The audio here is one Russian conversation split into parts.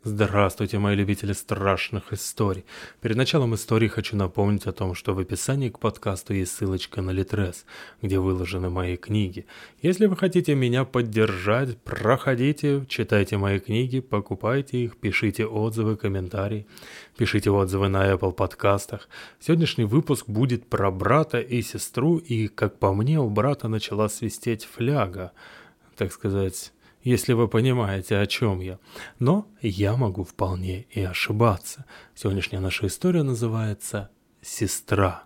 Здравствуйте, мои любители страшных историй. Перед началом истории хочу напомнить о том, что в описании к подкасту есть ссылочка на Литрес, где выложены мои книги. Если вы хотите меня поддержать, проходите, читайте мои книги, покупайте их, пишите отзывы, комментарии, пишите отзывы на Apple подкастах. Сегодняшний выпуск будет про брата и сестру, и, как по мне, у брата начала свистеть фляга, так сказать... Если вы понимаете, о чем я. Но я могу вполне и ошибаться. Сегодняшняя наша история называется «Сестра».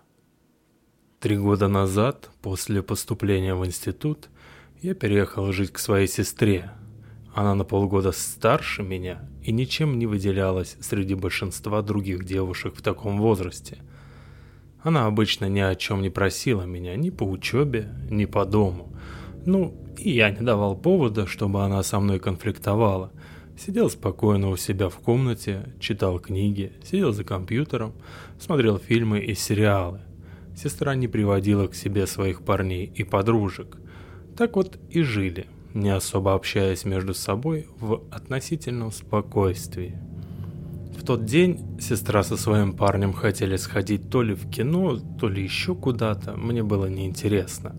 3 года назад, после поступления в институт, я переехал жить к своей сестре. Она на полгода старше меня и ничем не выделялась среди большинства других девушек в таком возрасте. Она обычно ни о чем не просила меня ни по учебе, ни по дому. И я не давал повода, чтобы она со мной конфликтовала. Сидел спокойно у себя в комнате, читал книги, сидел за компьютером, смотрел фильмы и сериалы. Сестра не приводила к себе своих парней и подружек. Так вот и жили, не особо общаясь между собой в относительном спокойствии. В тот день сестра со своим парнем хотели сходить то ли в кино, то ли еще куда-то, мне было неинтересно.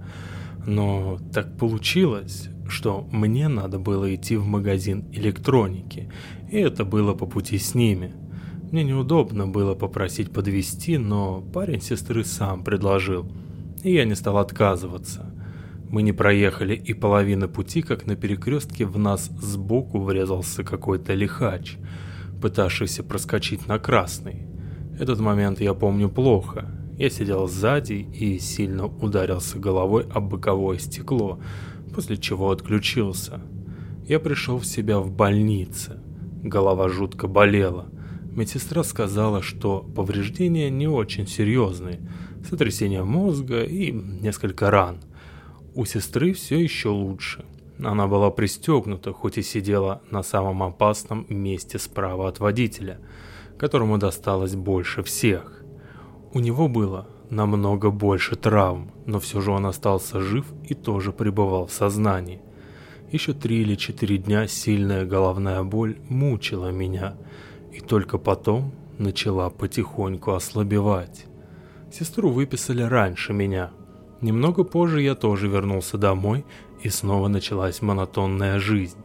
Но так получилось, что мне надо было идти в магазин электроники, и это было по пути с ними. Мне неудобно было попросить подвезти, но парень сестры сам предложил, и я не стал отказываться. Мы не проехали и половины пути, как на перекрестке в нас сбоку врезался какой-то лихач, пытавшийся проскочить на красный. Этот момент я помню плохо. Я сидел сзади и сильно ударился головой об боковое стекло, после чего отключился. Я пришел в себя в больнице. Голова жутко болела. Медсестра сказала, что повреждения не очень серьезные, сотрясение мозга и несколько ран. У сестры все еще лучше. Она была пристегнута, хоть и сидела на самом опасном месте справа от водителя, которому досталось больше всех. У него было намного больше травм, но все же он остался жив и тоже пребывал в сознании. Еще 3 или 4 дня сильная головная боль мучила меня, и только потом начала потихоньку ослабевать. Сестру выписали раньше меня. Немного позже я тоже вернулся домой, и снова началась монотонная жизнь.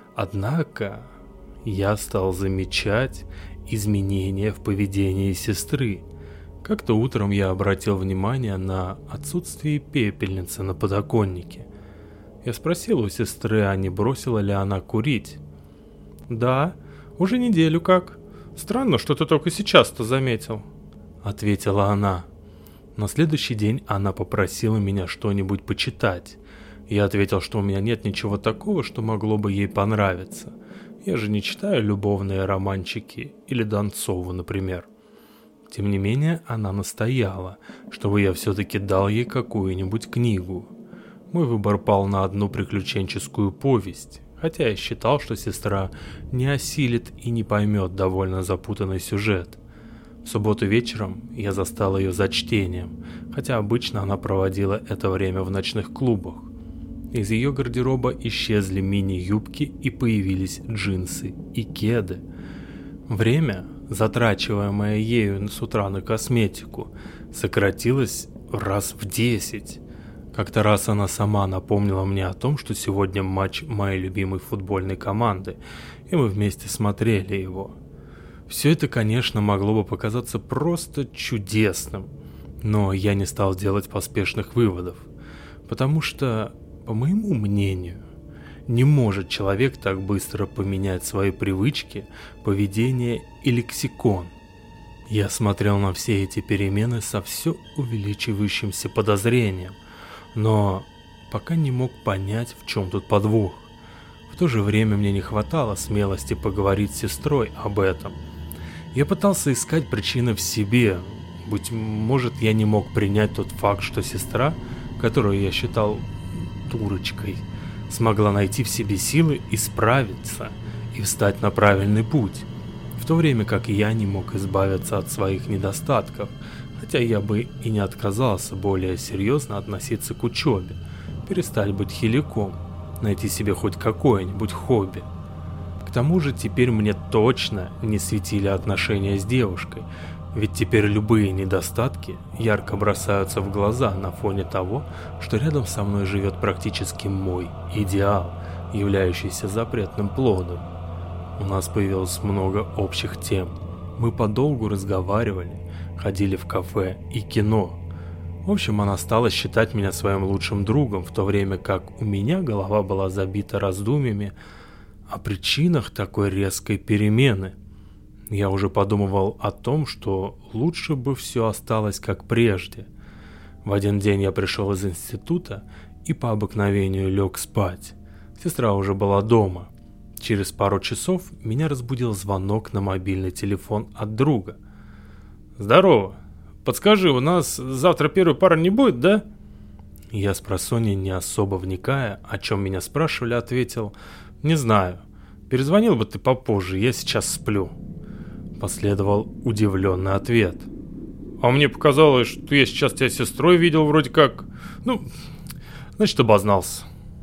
Однако я стал замечать изменения в поведении сестры. Как-то утром я обратил внимание на отсутствие пепельницы на подоконнике. Я спросил у сестры, а не бросила ли она курить. «Да, уже неделю как. Странно, что ты только сейчас-то заметил», — ответила она. На следующий день она попросила меня что-нибудь почитать. Я ответил, что у меня нет ничего такого, что могло бы ей понравиться. Я же не читаю любовные романчики или Донцову, например. Тем не менее, она настояла, чтобы я все-таки дал ей какую-нибудь книгу. Мой выбор пал на одну приключенческую повесть, хотя я считал, что сестра не осилит и не поймет довольно запутанный сюжет. В субботу вечером я застал ее за чтением, хотя обычно она проводила это время в ночных клубах. Из ее гардероба исчезли мини-юбки и появились джинсы и кеды. Время, затрачиваемое ею с утра на косметику, сократилось раз в 10. Как-то раз она сама напомнила мне о том, что сегодня матч моей любимой футбольной команды, и мы вместе смотрели его. Все это, конечно, могло бы показаться просто чудесным, но я не стал делать поспешных выводов, потому что, по моему мнению, не может человек так быстро поменять свои привычки, поведение и лексикон. Я смотрел на все эти перемены со все увеличивающимся подозрением, но пока не мог понять, в чем тут подвох. В то же время мне не хватало смелости поговорить с сестрой об этом. Я пытался искать причины в себе. Быть может, я не мог принять тот факт, что сестра, которую я считал дурочкой, смогла найти в себе силы исправиться и встать на правильный путь, в то время как я не мог избавиться от своих недостатков, хотя я бы и не отказался более серьезно относиться к учебе, перестать быть хиляком, найти себе хоть какое-нибудь хобби. К тому же теперь мне точно не светили отношения с девушкой, ведь теперь любые недостатки ярко бросаются в глаза на фоне того, что рядом со мной живет практически мой идеал, являющийся запретным плодом. У нас появилось много общих тем. Мы подолгу разговаривали, ходили в кафе и кино. В общем, она стала считать меня своим лучшим другом, в то время как у меня голова была забита раздумьями о причинах такой резкой перемены. Я уже подумывал о том, что лучше бы все осталось как прежде. В один день я пришел из института и по обыкновению лег спать. Сестра уже была дома. Через пару часов меня разбудил звонок на мобильный телефон от друга. «Здорово. Подскажи, у нас завтра первой пары не будет, да?» Я спросонья, не особо вникая, о чем меня спрашивали, ответил: «Не знаю. Перезвонил бы ты попозже, я сейчас сплю». Последовал удивленный ответ. «А мне показалось, что я сейчас тебя с сестрой видел вроде как... значит, обознался».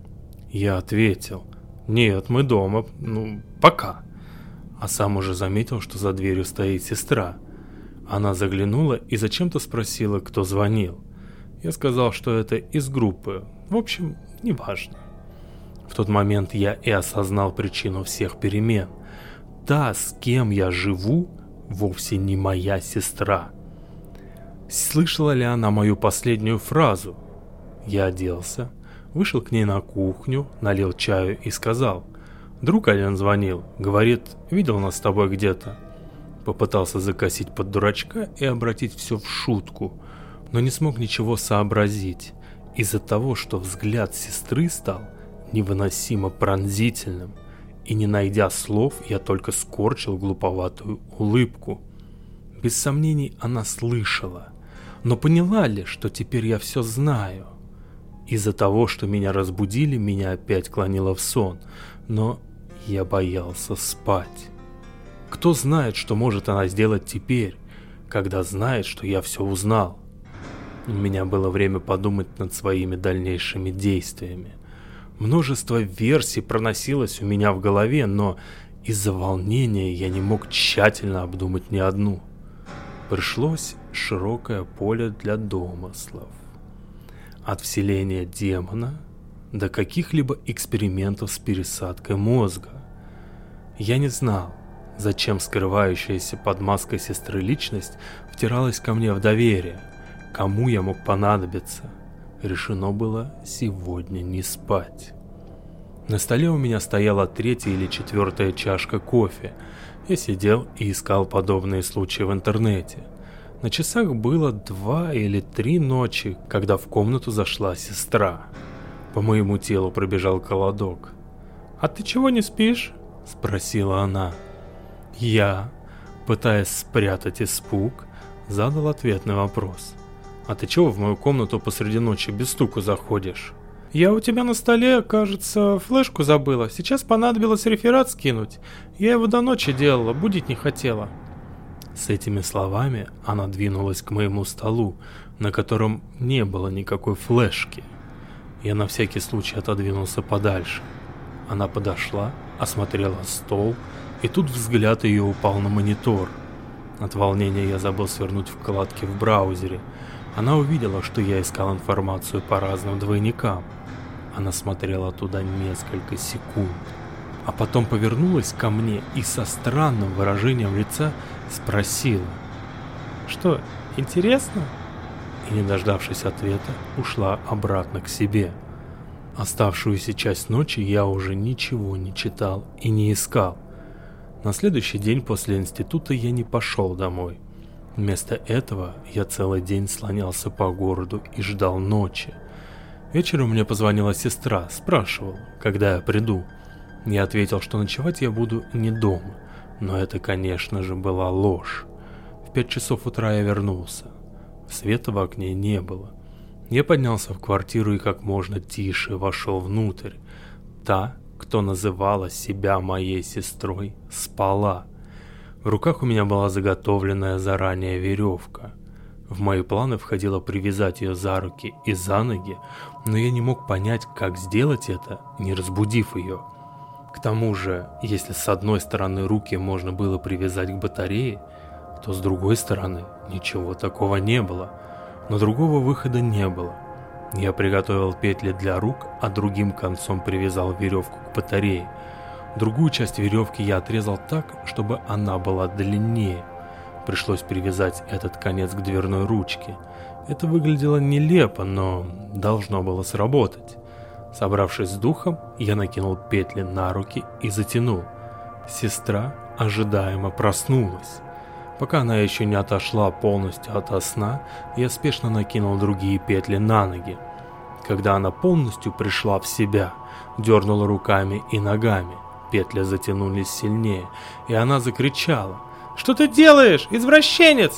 Я ответил: «Нет, мы дома, пока». А сам уже заметил, что за дверью стоит сестра. Она заглянула и зачем-то спросила, кто звонил. Я сказал, что это из группы. В общем, неважно. В тот момент я и осознал причину всех перемен. Та, с кем я живу, вовсе не моя сестра. Слышала ли она мою последнюю фразу? Я оделся, вышел к ней на кухню, налил чаю и сказал: «Друг один звонил, говорит, видел нас с тобой где-то». Попытался закосить под дурачка и обратить все в шутку, но не смог ничего сообразить из-за того, что взгляд сестры стал невыносимо пронзительным, и не найдя слов, я только скорчил глуповатую улыбку. Без сомнений она слышала, но поняла ли, что теперь я все знаю? Из-за того, что меня разбудили, меня опять клонило в сон, но я боялся спать. Кто знает, что может она сделать теперь, когда знает, что я все узнал? У меня было время подумать над своими дальнейшими действиями. Множество версий проносилось у меня в голове, но из-за волнения я не мог тщательно обдумать ни одну. Пришлось широкое поле для домыслов. От вселения демона до каких-либо экспериментов с пересадкой мозга. Я не знал, зачем скрывающаяся под маской сестры личность втиралась ко мне в доверие, кому я мог понадобиться. Решено было сегодня не спать. На столе у меня стояла 3-я или 4-я чашка кофе. Я сидел и искал подобные случаи в интернете. На часах было 2 или 3 ночи, когда в комнату зашла сестра. По моему телу пробежал холодок. «А ты чего не спишь?» – спросила она. Я, пытаясь спрятать испуг, задал ответный вопрос. «А ты чего в мою комнату посреди ночи без стука заходишь?» «Я у тебя на столе, кажется, флешку забыла. Сейчас понадобилось реферат скинуть. Я его до ночи делала, будить не хотела». С этими словами она двинулась к моему столу, на котором не было никакой флешки. Я на всякий случай отодвинулся подальше. Она подошла, осмотрела стол, и тут взгляд ее упал на монитор. От волнения я забыл свернуть вкладки в браузере. Она увидела, что я искал информацию по разным двойникам. Она смотрела туда несколько секунд, а потом повернулась ко мне и со странным выражением лица спросила: «Что, интересно?» И, не дождавшись ответа, ушла обратно к себе. Оставшуюся часть ночи я уже ничего не читал и не искал. На следующий день после института я не пошел домой. Вместо этого я целый день слонялся по городу и ждал ночи. Вечером мне позвонила сестра, спрашивала, когда я приду. Я ответил, что ночевать я буду не дома, но это, конечно же, была ложь. В 5 часов утра я вернулся. Света в окне не было. Я поднялся в квартиру и как можно тише вошел внутрь. Та, кто называла себя моей сестрой, спала. В руках у меня была заготовленная заранее веревка. В мои планы входило привязать ее за руки и за ноги, но я не мог понять, как сделать это, не разбудив ее. К тому же, если с одной стороны руки можно было привязать к батарее, то с другой стороны ничего такого не было, но другого выхода не было. Я приготовил петли для рук, а другим концом привязал веревку к батарее. Другую часть веревки я отрезал так, чтобы она была длиннее. Пришлось привязать этот конец к дверной ручке. Это выглядело нелепо, но должно было сработать. Собравшись с духом, я накинул петли на руки и затянул. Сестра ожидаемо проснулась. Пока она еще не отошла полностью ото сна, я спешно накинул другие петли на ноги. Когда она полностью пришла в себя, дернула руками и ногами, петли затянулись сильнее, и она закричала: «Что ты делаешь, извращенец?»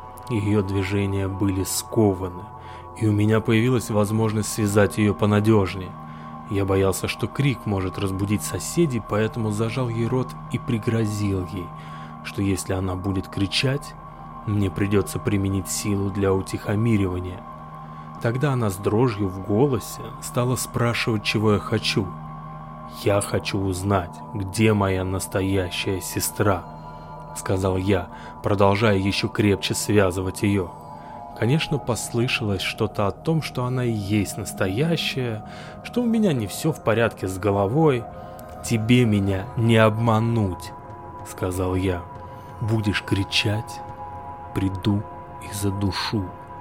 Ее движения были скованы, и у меня появилась возможность связать ее понадежнее. Я боялся, что крик может разбудить соседей, поэтому зажал ей рот и пригрозил ей, что если она будет кричать, мне придется применить силу для утихомиривания. Тогда она с дрожью в голосе стала спрашивать, чего я хочу. «Я хочу узнать, где моя настоящая сестра», — сказал я, продолжая еще крепче связывать ее. Конечно, послышалось что-то о том, что она и есть настоящая, что у меня не все в порядке с головой. «Тебе меня не обмануть», — сказал я. «Будешь кричать, приду и задушу».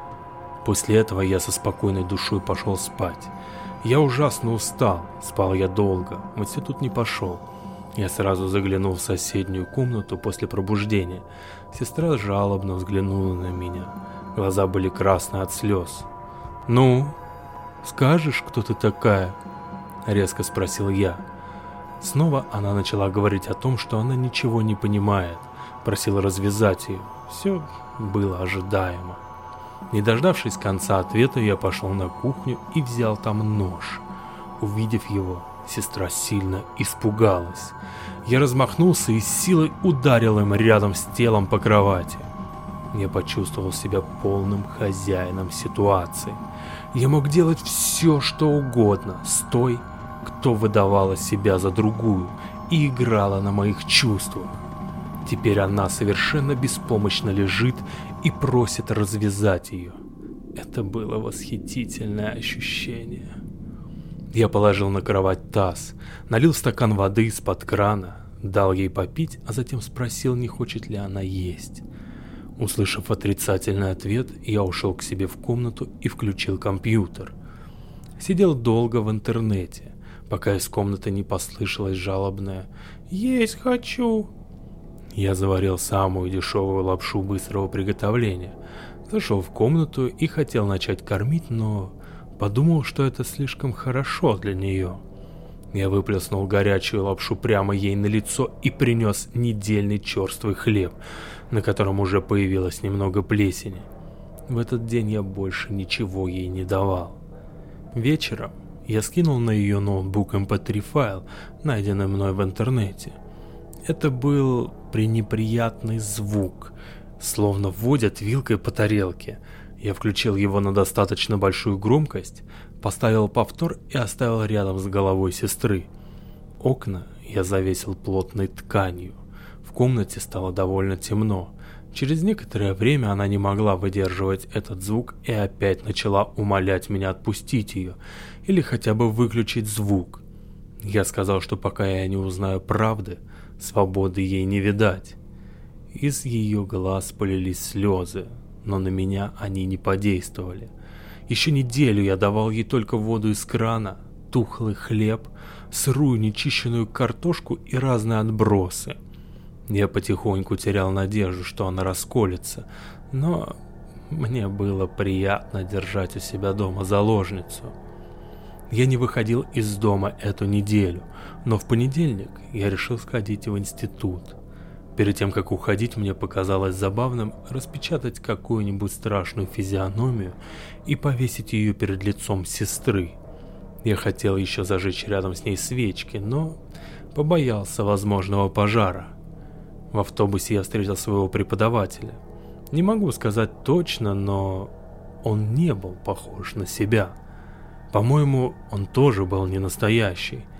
После этого я со спокойной душой пошел спать. Я ужасно устал, спал я долго, в институт не пошел. Я сразу заглянул в соседнюю комнату после пробуждения. Сестра жалобно взглянула на меня. Глаза были красные от слез. «Ну, скажешь, кто ты такая?» — резко спросил я. Снова она начала говорить о том, что она ничего не понимает. Просила развязать ее. Все было ожидаемо. Не дождавшись конца ответа, я пошел на кухню и взял там нож. Увидев его, сестра сильно испугалась. Я размахнулся и с силой ударил им рядом с телом по кровати. Я почувствовал себя полным хозяином ситуации. Я мог делать все, что угодно с той, кто выдавала себя за другую и играла на моих чувствах. Теперь она совершенно беспомощно лежит и просит развязать ее. Это было восхитительное ощущение. Я положил на кровать таз, налил стакан воды из-под крана, дал ей попить, а затем спросил, не хочет ли она есть. Услышав отрицательный ответ, я ушел к себе в комнату и включил компьютер. Сидел долго в интернете, пока из комнаты не послышалось жалобное «Есть хочу». Я заварил самую дешевую лапшу быстрого приготовления, зашел в комнату и хотел начать кормить, но подумал, что это слишком хорошо для нее. Я выплеснул горячую лапшу прямо ей на лицо и принес недельный черствый хлеб, на котором уже появилось немного плесени. В этот день я больше ничего ей не давал. Вечером я скинул на ее ноутбук MP3 файл, найденный мной в интернете. Это был пренеприятный звук, словно водят вилкой по тарелке. Я включил его на достаточно большую громкость, поставил повтор и оставил рядом с головой сестры. Окна я завесил плотной тканью. В комнате стало довольно темно. Через некоторое время она не могла выдерживать этот звук и опять начала умолять меня отпустить ее или хотя бы выключить звук. Я сказал, что пока я не узнаю правды, свободы ей не видать. Из ее глаз полились слезы, но на меня они не подействовали. Еще неделю я давал ей только воду из крана, тухлый хлеб, сырую нечищенную картошку и разные отбросы. Я потихоньку терял надежду, что она расколется, но мне было приятно держать у себя дома заложницу. Я не выходил из дома эту неделю, но в понедельник я решил сходить в институт. Перед тем, как уходить, мне показалось забавным распечатать какую-нибудь страшную физиономию и повесить ее перед лицом сестры. Я хотел еще зажечь рядом с ней свечки, но побоялся возможного пожара. В автобусе я встретил своего преподавателя. Не могу сказать точно, но он не был похож на себя. По-моему, он тоже был не настоящий.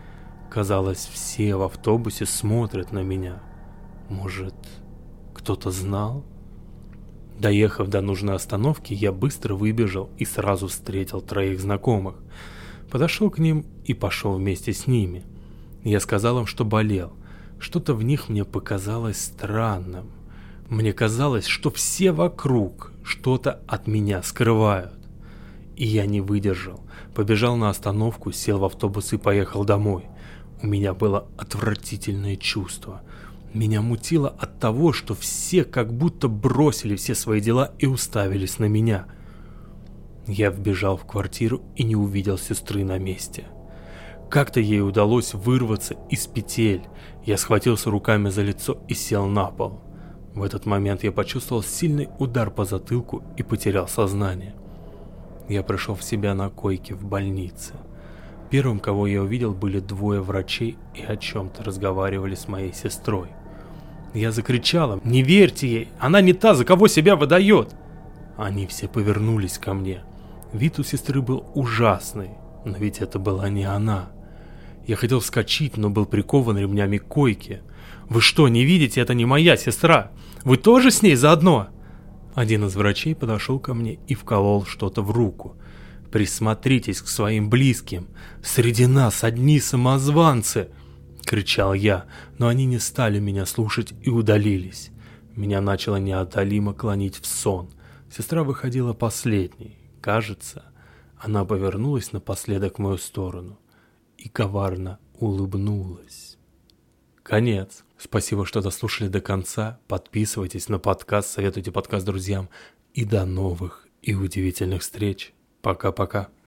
Казалось, все в автобусе смотрят на меня. Может, кто-то знал? Доехав до нужной остановки, я быстро выбежал и сразу встретил 3 знакомых. Подошел к ним и пошел вместе с ними. Я сказал им, что болел. Что-то в них мне показалось странным. Мне казалось, что все вокруг что-то от меня скрывают. И я не выдержал. Побежал на остановку, сел в автобус и поехал домой. У меня было отвратительное чувство. Меня мутило от того, что все как будто бросили все свои дела и уставились на меня. Я вбежал в квартиру и не увидел сестры на месте. Как-то ей удалось вырваться из петель. Я схватился руками за лицо и сел на пол. В этот момент я почувствовал сильный удар по затылку и потерял сознание. Я пришел в себя на койке в больнице. Первым, кого я увидел, были 2 врачей и о чем-то разговаривали с моей сестрой. Я закричал им: «Не верьте ей! Она не та, за кого себя выдает!» Они все повернулись ко мне. Вид у сестры был ужасный, но ведь это была не она. Я хотел вскочить, но был прикован ремнями к койке. «Вы что, не видите? Это не моя сестра! Вы тоже с ней заодно?» Один из врачей подошел ко мне и вколол что-то в руку. «Присмотритесь к своим близким! Среди нас одни самозванцы!» — кричал я, но они не стали меня слушать и удалились. Меня начало неотдалимо клонить в сон. Сестра выходила последней. Кажется, она повернулась напоследок в мою сторону и коварно улыбнулась. Конец. Спасибо, что дослушали до конца. Подписывайтесь на подкаст, советуйте подкаст друзьям. И до новых и удивительных встреч. Пока-пока.